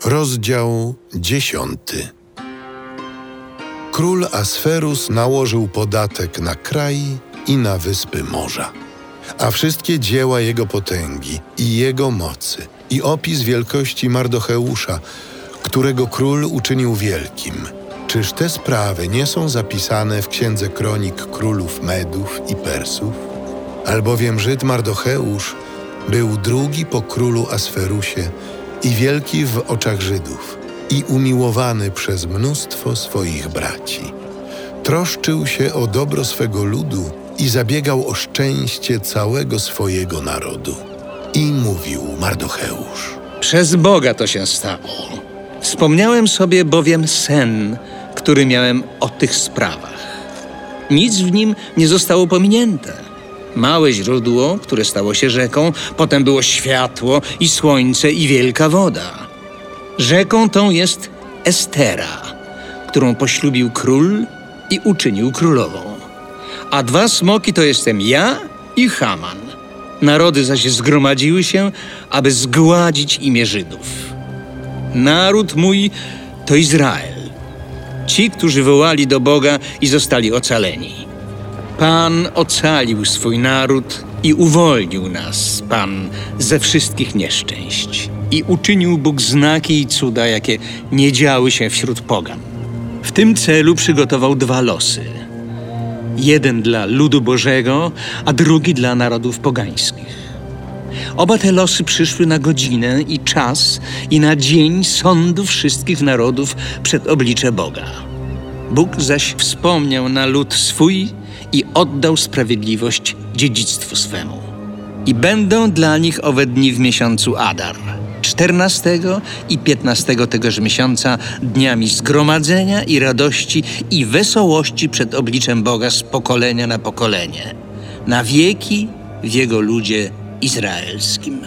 Rozdział 10. Król Asferus nałożył podatek na kraj i na wyspy morza, a wszystkie dzieła jego potęgi i jego mocy i opis wielkości Mardocheusza, którego król uczynił wielkim. Czyż te sprawy nie są zapisane w księdze kronik królów Medów i Persów? Albowiem Żyd Mardocheusz był drugi po królu Asferusie i wielki w oczach Żydów i umiłowany przez mnóstwo swoich braci. Troszczył się o dobro swego ludu i zabiegał o szczęście całego swojego narodu. I mówił Mardocheusz: Przez Boga to się stało. Wspomniałem sobie bowiem sen, który miałem o tych sprawach. Nic w nim nie zostało pominięte. Małe źródło, które stało się rzeką, potem było światło i słońce i wielka woda. Rzeką tą jest Estera, którą poślubił król i uczynił królową. A dwa smoki to jestem ja i Haman. Narody zaś zgromadziły się, aby zgładzić imię Żydów. Naród mój to Izrael. Ci, którzy wołali do Boga i zostali ocaleni. Pan ocalił swój naród i uwolnił nas, Pan, ze wszystkich nieszczęść. I uczynił Bóg znaki i cuda, jakie nie działy się wśród pogan. W tym celu przygotował dwa losy. Jeden dla ludu Bożego, a drugi dla narodów pogańskich. Oba te losy przyszły na godzinę i czas i na dzień sądu wszystkich narodów przed oblicze Boga. Bóg zaś wspomniał na lud swój i oddał sprawiedliwość dziedzictwu swemu. I będą dla nich owe dni w miesiącu Adar, 14 i 15 tegoż miesiąca, dniami zgromadzenia i radości i wesołości przed obliczem Boga z pokolenia na pokolenie, na wieki w Jego ludzie izraelskim.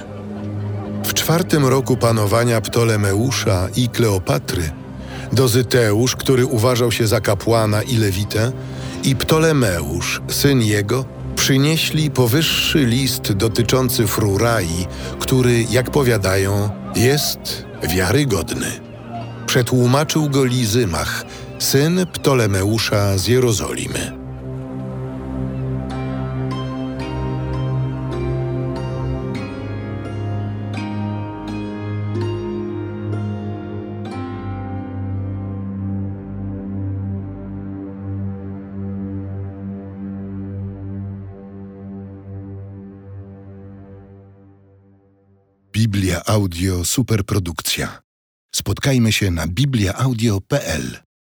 W 4. roku panowania Ptolemeusza i Kleopatry Dozyteusz, który uważał się za kapłana i lewitę, i Ptolemeusz, syn jego, przynieśli powyższy list dotyczący Frurai, który, jak powiadają, jest wiarygodny. Przetłumaczył go Lizymach, syn Ptolemeusza z Jerozolimy. Biblia Audio Superprodukcja. Spotkajmy się na bibliaaudio.pl.